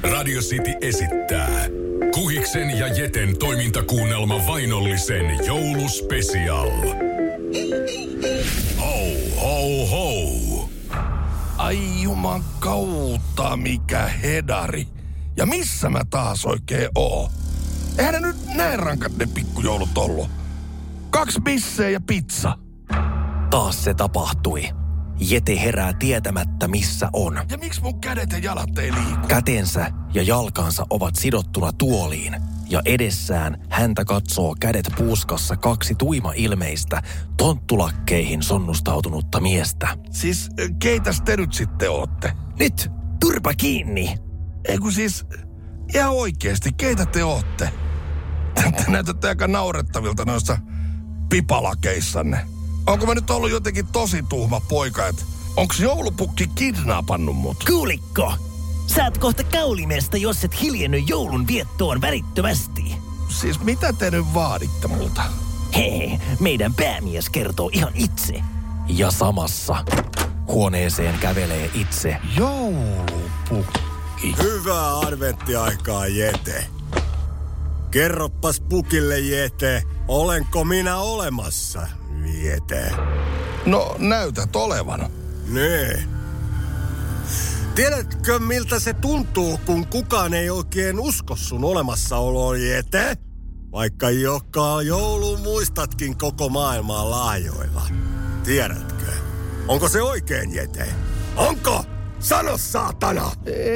Radio City esittää Kuhiksen ja Jeten toimintakuunnelma Vainollisen jouluspesial. Ho, ho, ho. Ai juman kautta, mikä hedari. Ja missä mä taas oikein oon? Eihän ne nyt näin rankat ne pikkujoulut ollut. 2 bissejä ja pizza. Taas se tapahtui. Jete herää tietämättä, missä on. Ja miksi mun kädet ja jalat ei liiku? Kätensä ja jalkansa ovat sidottuna tuoliin. Ja edessään häntä katsoo kädet puuskassa 2 tuima-ilmeistä, tonttulakkeihin sonnustautunutta miestä. Siis keitäs te nyt sitten ootte? Nyt, turpa kiinni! Ei kun siis, ihan oikeesti, keitä te ootte? Te näytätte aika naurettavilta noissa pipalakeissanne. Onko mä nyt ollut jotenkin tosi tuhma poika, että onks joulupukki kidnappannut mut? Kuulikko? Saat kohta kaulimesta, jos et hiljenny joulun viettoon välittömästi. Siis mitä te nyt vaaditte multa? Hei, meidän päämies kertoo ihan itse. Ja samassa huoneeseen kävelee itse Joulupukki. Hyvää adventtiaikaa, Jete. Kerroppas pukille, Jete. Olenko minä olemassa, Jete? No, näytät olevan. Niin. Tiedätkö, miltä se tuntuu, kun kukaan ei oikein usko sun olemassaoloon, Jete? Vaikka joka joulu muistatkin koko maailmaa laajoilla. Tiedätkö? Onko se oikein, Jete? Onko? Sano, saatana!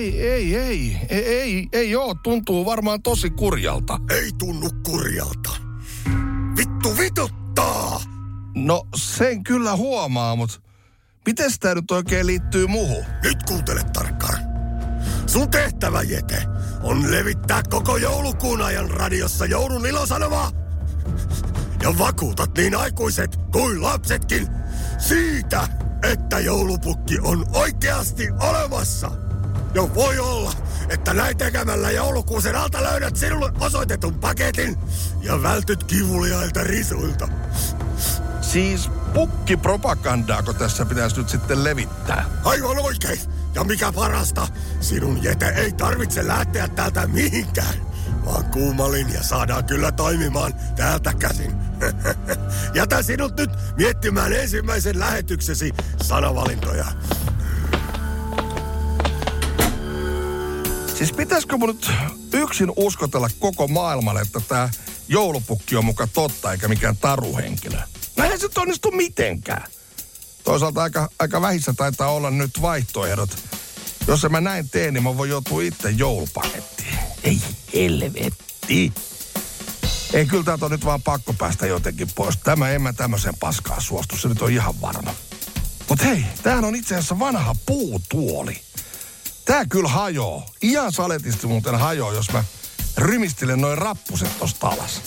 Ei oo. Tuntuu varmaan tosi kurjalta. Ei tunnu kurjalta. Vittu vituttaa! No, sen kyllä huomaa, mut miten tää nyt oikein liittyy muuhun? Nyt kuuntele tarkkaan. Sun tehtävä, Jete, on levittää koko joulukuun ajan radiossa joulun ilosanomaa. Ja vakuutat niin aikuiset kuin lapsetkin siitä, että joulupukki on oikeasti olemassa. Ja voi olla, että näin tekemällä joulukuusen alta löydät sinulle osoitetun paketin ja vältyt kivuliailta risuilta. Siis pukkipropagandaako tässä pitäisi nyt sitten levittää? Aivan oikein. Ja mikä parasta, sinun, Jete, ei tarvitse lähteä täältä mihinkään, vaan kuuma linja saadaan kyllä toimimaan täältä käsin. Jätä sinut nyt miettimään ensimmäisen lähetyksesi sanavalintoja. Siis pitäisikö mun nyt yksin uskotella koko maailmalle, että tää joulupukki on muka totta eikä mikään taruhenkilö? No eihän se onnistu mitenkään. Toisaalta aika vähissä taitaa olla nyt vaihtoehdot. Jos en mä näin teen, niin mä voin joutua itse joulupakettiin. Ei helvetti. Ei, kyllä täältä on nyt vaan pakko päästä jotenkin pois. En mä tämmöiseen paskaan suostu, se nyt on ihan varma. Mut hei, tämähän on itse asiassa vanha puutuoli. Tää kyllä hajoo. Ihan saletisti muuten hajoo, jos mä rymistelen noin rappuset tosta alas.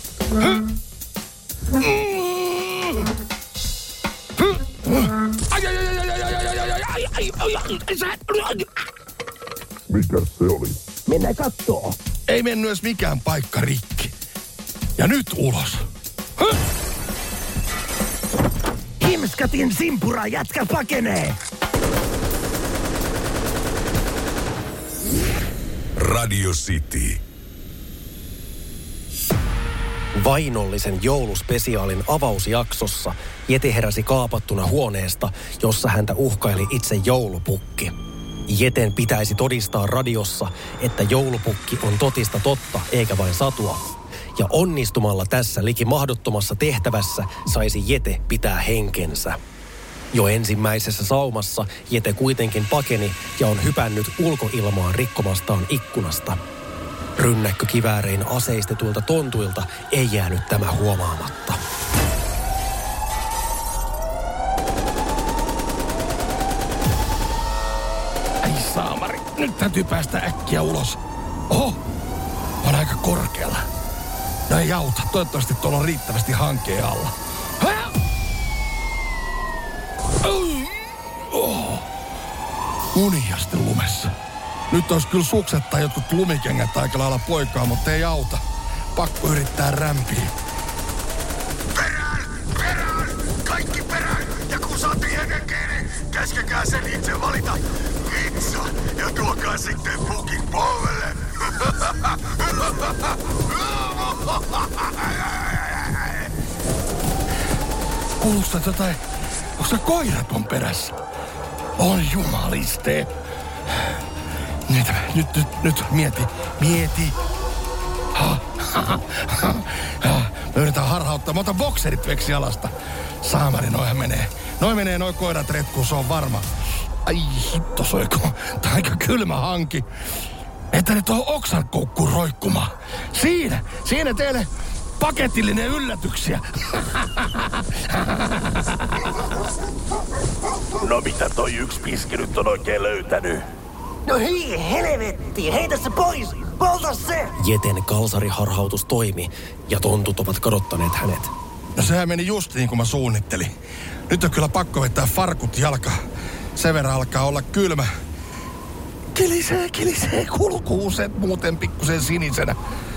Mikä se oli? Mennään kattoo. Ei mennyt edes mikään paikka rikki. Ja nyt ulos. Himskatin simpura jätkä pakenee. Radio City. Vainollisen jouluspesiaalin avausjaksossa Jete heräsi kaapattuna huoneesta, jossa häntä uhkaili itse joulupukki. Jeten pitäisi todistaa radiossa, että joulupukki on totista totta eikä vain satua. Ja onnistumalla tässä liki mahdottomassa tehtävässä saisi Jete pitää henkensä. Jo ensimmäisessä saumassa Jete kuitenkin pakeni ja on hypännyt ulkoilmaan rikkomastaan ikkunasta. Rynnäkkökiväärein aseistetuilta tontuilta ei jäänyt tämä huomaamatta. Ai saamari, nyt täytyy päästä äkkiä ulos. Oho, on aika korkealla. No ei auta, toivottavasti tuolla on riittävästi hankeen alla. Uniasti lumessa. Nyt olisi kyllä sukset tai jotkut lumikengät aika lailla poikaa, mutta ei auta. Pakko yrittää rämpiä. Perään! Kaikki perään! Ja kun saatiin hengen kiinni, keskittykää Älkää sen itse valita. Pizza ja tuokaa sitten pukin polvelle. Kuuluuko jotain? Onko se koirat on perässä? On jumaliste. Nyt mieti. Me yritetään harhauttaa. Mä otan bokserit veksi alasta. Saamari, noin menee noi koirat retkuun, se on varma. Ai hitto soiko. Tää on aika kylmä hanki. Että ne tuohon oksan koukkuun roikkumaan. Siinä teille paketillinen yllätyksiä. No mitä toi yksi piski nyt on oikein löytänyt? No hyi helvetti, heitä se pois! Polta se! Jeten kalsariharhautus toimi ja tontut ovat kadottaneet hänet. No sehän meni just niin kuin mä suunnittelin. Nyt on kyllä pakko vetää farkut jalka. Sen verran alkaa olla kylmä. Kilisee, kulkuuset muuten pikkusen sinisenä.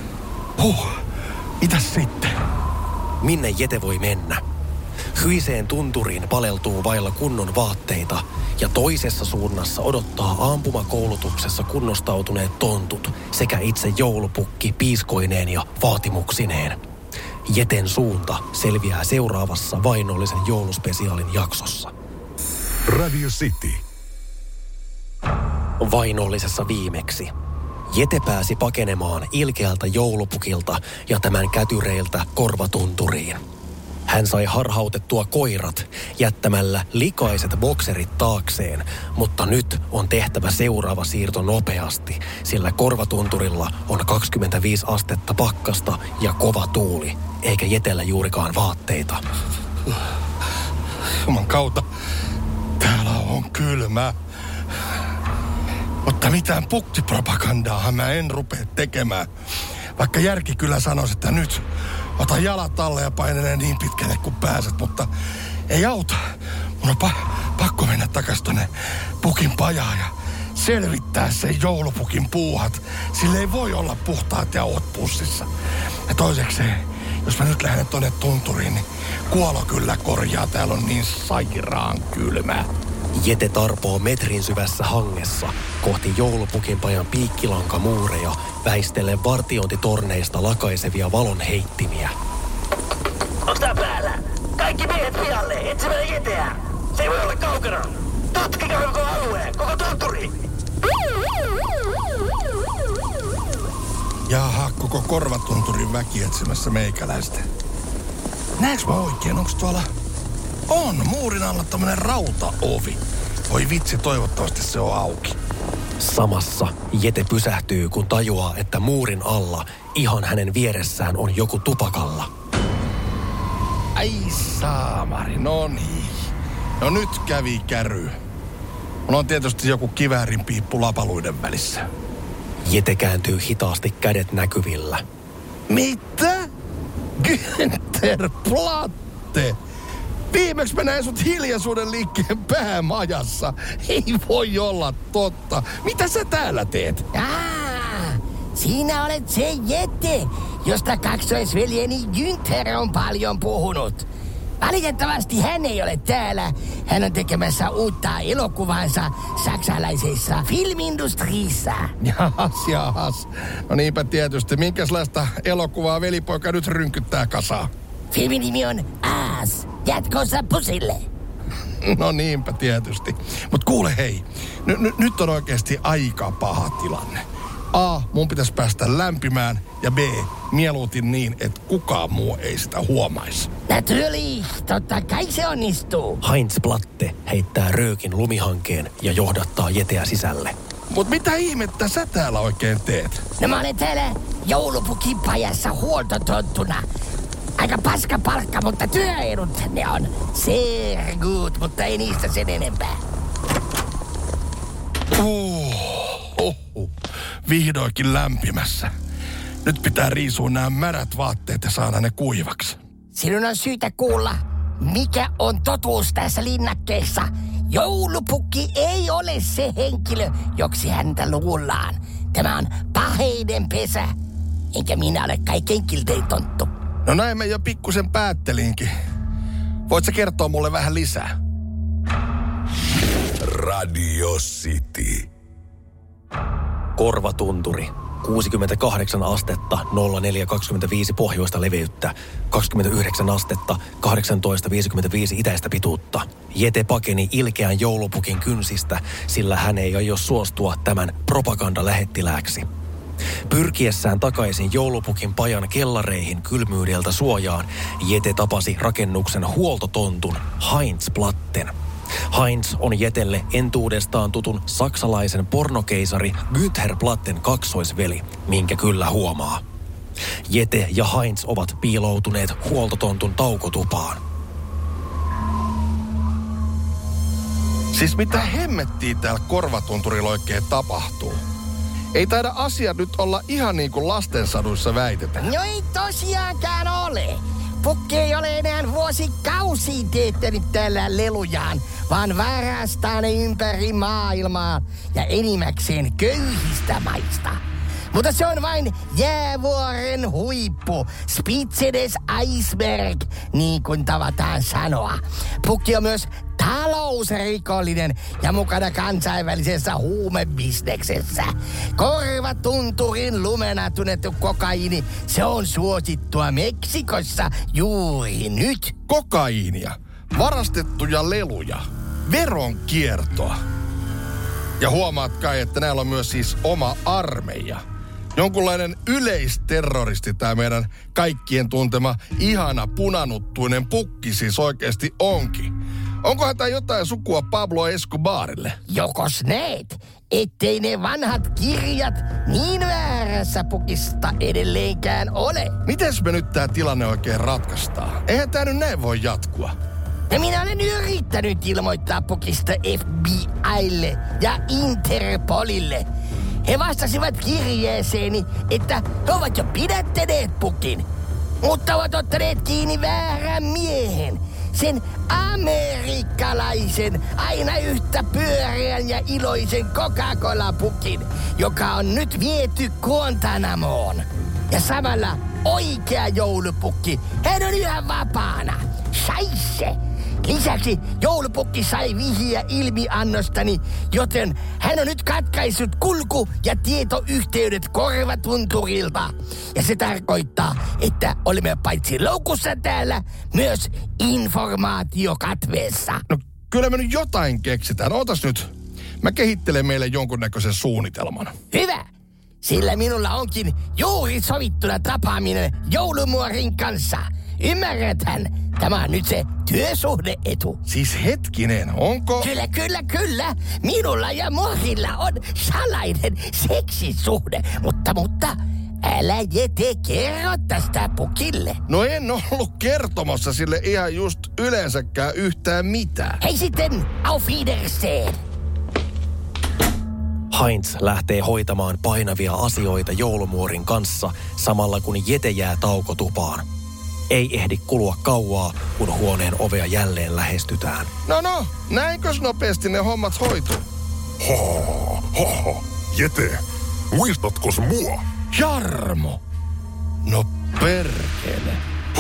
Mitäs sitten? Minne Jete voi mennä? Hyiseen tunturiin paleltuu vailla kunnon vaatteita ja toisessa suunnassa odottaa ampumakoulutuksessa kunnostautuneet tontut sekä itse joulupukki piiskoineen ja vaatimuksineen. Jeten suunta selviää seuraavassa vainollisen jouluspesiaalin jaksossa. Radio City. Vainollisessa viimeksi. Jete pääsi pakenemaan ilkeältä joulupukilta ja tämän kätyreiltä korvatunturiin. Hän sai harhautettua koirat jättämällä likaiset bokserit taakseen, mutta nyt on tehtävä seuraava siirto nopeasti, sillä korvatunturilla on 25 astetta pakkasta ja kova tuuli, eikä Jetellä juurikaan vaatteita. Juman kautta, täällä on kylmä. Mutta mitään pukkipropagandaahan mä en rupea tekemään. Vaikka järki kyllä sanoisi, että nyt ota jalat alle ja painene niin pitkälle kuin pääset, mutta ei auta. Mun on pakko mennä takas tonne pukin pajaan ja selvittää sen joulupukin puuhat. Sillä ei voi olla puhtaat jauhot pussissa. Ja toisekseen, jos mä nyt lähden tonne tunturiin, niin kuolo kyllä korjaa. Täällä on niin sairaan kylmää. Jete tarpoo metrin syvässä hangessa kohti joulupukinpajan piikkilankamuureja väistellen vartiointitorneista lakaisevia valonheittimiä. Onks tää päällä? Kaikki miehet pihalle, etsimään Jeteä! Se ei voi olla kaukana! Tutkikaa koko alueen, koko tunturi! Jaha, koko korvatunturin väki etsimässä meikäläistä. Näeks mä oikein, onks tuolla... On, muurin alla tommonen rautaovi. Voi vitsi, toivottavasti se on auki. Samassa Jete pysähtyy, kun tajuaa, että muurin alla ihan hänen vieressään on joku tupakalla. Ai saamari, no niin. No nyt kävi käry. Mulla on tietysti joku kiväärin piippu lapaluiden välissä. Jete kääntyy hitaasti kädet näkyvillä. Mitä? Günther Platte! Viimeksi mä näin sut hiljaisuuden liikkeen päämajassa. Ei voi olla totta. Mitä sä täällä teet? Sinä olet se Jette, josta kaksoisveljeni Günther on paljon puhunut. Valitettavasti hän ei ole täällä. Hän on tekemässä uutta elokuvansa saksalaisessa filmindustriissa. Jahas. No niinpä tietysti. Minkälaista elokuvaa velipoika nyt rynkyttää kasaan? Filmin nimi on Aas. Jatkossa pusille. No niinpä tietysti. Mut kuule hei, nyt on oikeasti aika paha tilanne. A, mun pitäisi päästä lämpimään ja B, mieluutin niin, että kukaan muu ei sitä huomaisi. Natürlich, totta kai se onnistuu. Heinz Platte heittää röökin lumihankeen ja johdattaa Jeteä sisälle. Mut mitä ihmettä sä täällä oikein teet? No mä olen täällä joulupukipajassa huoltotontuna. Aika paska palkka, mutta työedut ne on sehr gut, mutta ei niistä sen enempää. Vihdoinkin lämpimässä. Nyt pitää riisua nämä märät vaatteet ja saada ne kuivaksi. Sinun on syytä kuulla, mikä on totuus tässä linnakkeessa. Joulupukki ei ole se henkilö, joksi häntä luullaan. Tämä on paheiden pesä, enkä minä ole kaikkein kiltein tonttu. No näin mä jo pikkusen päättelinkin. Voit sä kertoa mulle vähän lisää? Radio City. Korvatunturi. 68 astetta, 0425 pohjoista leveyttä, 29 astetta, 1855 itäistä pituutta. Jete pakeni ilkeän joulupukin kynsistä, sillä hän ei aio suostua tämän propagandalähettilääksi. Pyrkiessään takaisin joulupukin pajan kellareihin kylmyydeltä suojaan, Jete tapasi rakennuksen huoltotontun Heinz-Platten. Heinz on Jetelle entuudestaan tutun saksalaisen pornokeisari Günther Platten kaksoisveli, minkä kyllä huomaa. Jete ja Heinz ovat piiloutuneet huoltotontun taukotupaan. Siis mitä hemmettiä täällä korvatunturilla oikein tapahtuu? Ei taida asiat nyt olla ihan niin kuin lastensaduissa väitetään. No ei tosiaankaan ole. Pukki ei ole enää vuosikausia teettänyt täällä lelujaan, vaan varastaa ne ympäri maailmaa ja enimmäkseen köyhistä maista. Mutta se on vain jäävuoren huippu, Spitze des Eisberg, niin kuin tavataan sanoa. Pukki on myös talousrikollinen ja mukana kansainvälisessä huumebisneksessä. Korvatunturin lumena tunnettu kokaiini, se on suosittua Meksikossa juuri nyt. Kokaiinia, varastettuja leluja, veronkiertoa. Ja huomaat kai, että näillä on myös siis oma armeija. Jonkunlainen yleisterroristi tämä meidän kaikkien tuntema ihana punanuttuinen pukki siis oikeasti onkin. Onkohan tämä jotain sukua Pablo Escobarille? Jokos näet, ettei ne vanhat kirjat niin väärässä pukista edelleenkään ole. Mites me nyt tää tilanne oikein ratkaistaan? Eihän tää nyt näin voi jatkua. Ja minä olen yrittänyt ilmoittaa pukista FBI:lle ja Interpolille. He vastasivat kirjeeseeni, että he ovat jo pidättäneet pukin, mutta ovat ottaneet kiinni väärän miehen. Sen amerikkalaisen, aina yhtä pyöreän ja iloisen Coca-Cola-pukin, joka on nyt viety Guantanamoon. Ja samalla oikea joulupukki, hän on yhä vapaana. Scheisse! Lisäksi joulupukki sai vihjeä ilmiannostani, joten hän on nyt katkaissut kulku- ja tietoyhteydet korvatunturilta. Ja se tarkoittaa, että olemme paitsi loukussa täällä, myös informaatiokatveessa. No kyllä me nyt jotain keksitään. Ootas nyt. Mä kehittelen meille jonkunnäköisen suunnitelman. Hyvä! Sillä minulla onkin juuri sovittuna tapaaminen joulumuorin kanssa. Ymmärräthän? Tämä on nyt se työsuhde-etu. Siis hetkinen, onko? Kyllä. Minulla ja muorilla on salainen seksisuhde. Mutta älä Jete kerro tästä pukille. No en ollut kertomassa sille ihan just yleensäkään yhtään mitään. Hei sitten, auf Wiedersehen. Heinz lähtee hoitamaan painavia asioita joulumuorin kanssa samalla kun Jete jää taukotupaan. Ei ehdi kulua kauaa, kun huoneen ovea jälleen lähestytään. No, näinkös nopeasti ne hommat hoituu? Jete, muistatkos mua? Jarmo! No perkele.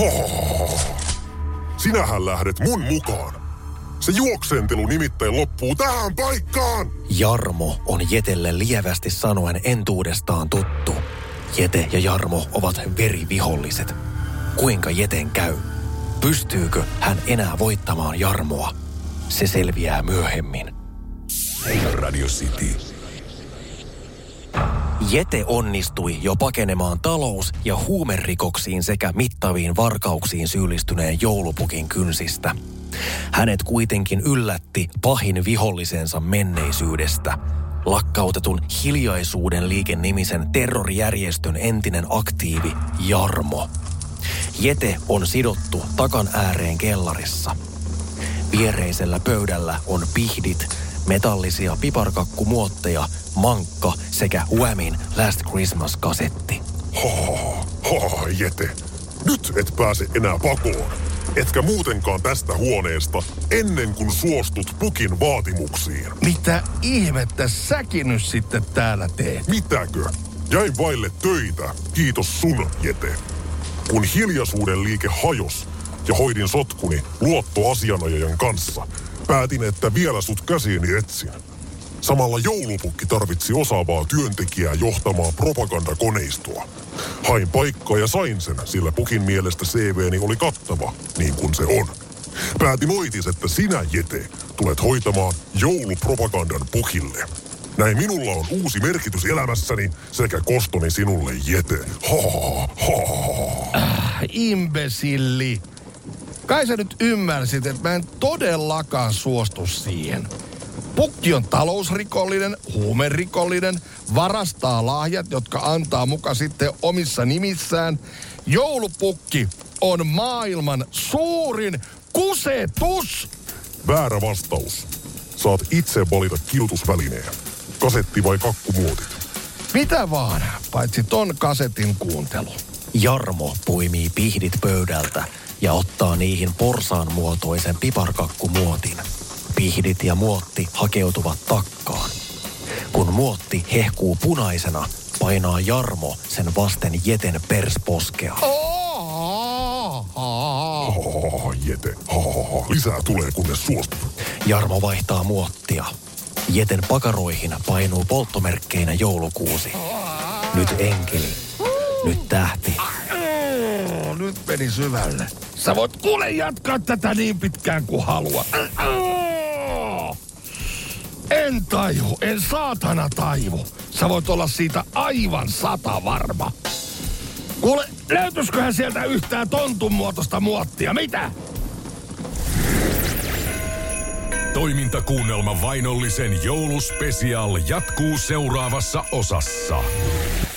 Sinähän lähdet mun mukaan. Se juoksentelu nimittäin loppuu tähän paikkaan. Jarmo on Jetelle lievästi sanoen entuudestaan tuttu. Jete ja Jarmo ovat veriviholliset. Kuinka Jeten käy? Pystyykö hän enää voittamaan Jarmoa? Se selviää myöhemmin. Radio City. Jete onnistui jo pakenemaan talous- ja huumerikoksiin sekä mittaviin varkauksiin syyllistyneen joulupukin kynsistä. Hänet kuitenkin yllätti pahin vihollisensa menneisyydestä. Lakkautetun Hiljaisuuden liike-nimisen terrorijärjestön entinen aktiivi Jarmo. Jete on sidottu takan ääreen kellarissa. Viereisellä pöydällä on pihdit, metallisia piparkakkumuotteja, mankka sekä Whamin Last Christmas-kasetti. Jete. Nyt et pääse enää pakoon. Etkä muutenkaan tästä huoneesta ennen kuin suostut pukin vaatimuksiin. Mitä ihmettä säkin nyt sitten täällä teet? Mitäkö? Jäin vaille töitä, kiitos sun, Jete. Kun Hiljaisuuden liike hajos ja hoidin sotkuni luottoasianajajan kanssa, Päätin, että vielä sut käsiini etsin. Samalla joulupukki tarvitsi osaavaa työntekijää johtamaan propagandakoneistoa. Hain paikkaa ja sain sen, sillä pukin mielestä CV:ni oli kattava, niin kuin se on. Päätin oitis, että sinä, Jete, tulet hoitamaan joulupropagandan pukille. Näin minulla on uusi merkitys elämässäni sekä kostoni sinulle, Jete. Imbesilli. Kai sä nyt ymmärsit, että mä en todellakaan suostu siihen. Pukki on talousrikollinen, huumerikollinen, varastaa lahjat, jotka antaa muka sitten omissa nimissään. Joulupukki on maailman suurin kusetus! Väärä vastaus. Saat itse valita kiltusvälineen. Kasetti vai kakkumuotit? Mitä vaan, paitsi ton kasetin kuuntelu. Jarmo poimii pihdit pöydältä ja ottaa niihin porsaan muotoisen piparkakkumuotin. Pihdit ja muotti hakeutuvat takkaan. Kun muotti hehkuu punaisena, painaa Jarmo sen vasten Jeten persposkea. Jete, lisää tulee kunnes suostut. Jarmo vaihtaa muottia. Jeten pakaroihin painuu polttomerkkeinä joulukuusi. Nyt enkeli. Nyt tähti. Nyt meni syvälle. Sä voit kuule jatkaa tätä niin pitkään kuin haluat. En taju, en saatana taivu. Sä voit olla siitä aivan 100% varma. Kuule, löytyisiköhän sieltä yhtään tontun muotoista muottia? Mitä? Toimintakuunnelma Vainollisen jouluspesial jatkuu seuraavassa osassa.